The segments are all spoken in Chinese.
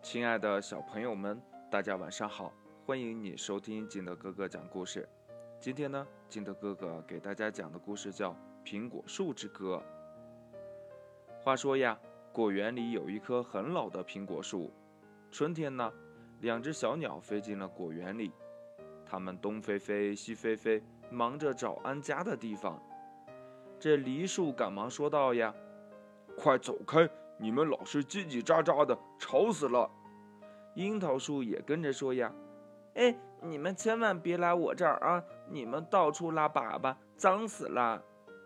亲爱的小朋友们，大家晚上好！欢迎你收听金德哥哥讲故事。今天呢，金德哥哥给大家讲的故事叫《苹果树之歌》。话说呀，果园里有一棵很老的苹果树。春天呢，两只小鸟飞进了果园里，它们东飞飞，西飞飞，忙着找安家的地方。这梨树赶忙说道呀：“快走开！你们老是叽叽喳喳的，吵死了。”樱桃树也跟着说呀：“ 哎，你们千万别来我这儿啊！你们到处拉粑粑，脏死了。”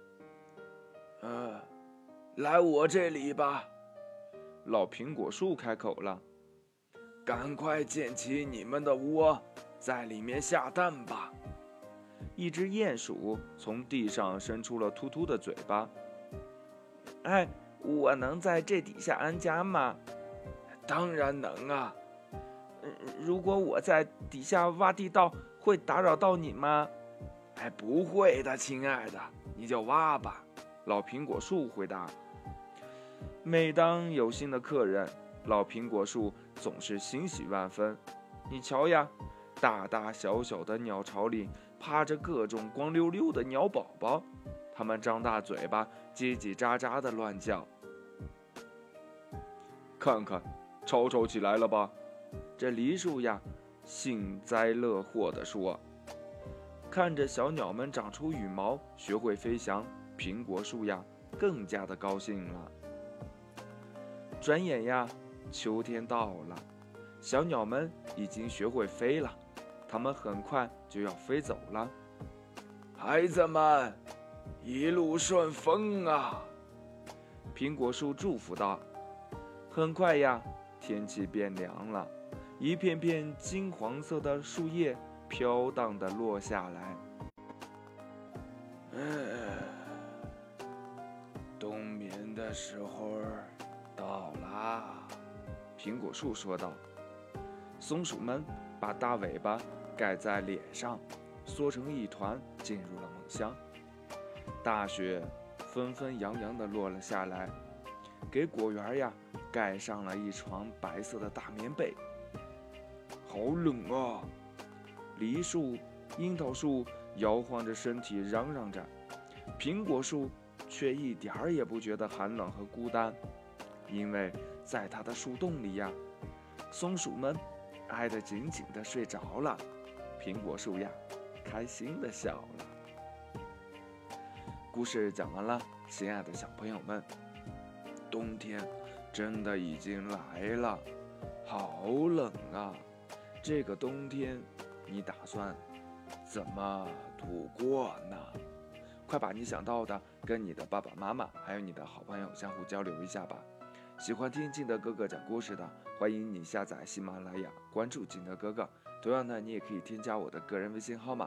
来我这里吧。 老苹果树开口了：“ 赶快建起你们的窝，在里面下蛋吧。” 一只鼹鼠从地上伸出了突突的嘴巴。 “哎，我能在这底下安家吗？”“ 当然能啊。”“ 如果我在底下挖地道，会打扰到你吗？”“ 哎，不会的，亲爱的，你就挖吧。” 老苹果树回答。每当有新的客人，老苹果树总是欣喜万分。你瞧呀，大大小小的鸟巢里趴着各种光溜溜的鸟宝宝，它们张大嘴巴，叽叽喳喳地乱叫。看看，吵吵起来了吧？这梨树呀，幸灾乐祸地说。看着小鸟们长出羽毛，学会飞翔，苹果树呀，更加的高兴了。转眼呀，秋天到了，小鸟们已经学会飞了，它们很快就要飞走了。 孩子们，一路顺风啊！ 苹果树祝福道。很快呀，天气变凉了，一片片金黄色的树叶飘荡地落下来。 冬眠的时候到啦， 苹果树说道。松鼠们把大尾巴盖在脸上，缩成一团，进入了梦乡。大雪纷纷扬扬地落了下来，给果园呀盖上了一床白色的大棉被。好冷啊！梨树、樱桃树摇晃着身体嚷嚷着，苹果树却一点儿也不觉得寒冷和孤单，因为在它的树洞里呀，松鼠们挨得紧紧地睡着了，苹果树呀开心地笑了。故事讲完了，亲爱的小朋友们，冬天真的已经来了，好冷啊！这个冬天你打算怎么度过呢？快把你想到的跟你的爸爸妈妈还有你的好朋友相互交流一下吧。喜欢听金德哥哥讲故事的，欢迎你下载喜马拉雅，关注金德哥哥。同样呢，你也可以添加我的个人微信号码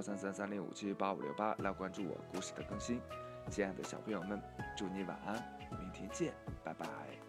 13330578568来关注我故事的更新。亲爱的小朋友们，祝你晚安，明天见，拜拜。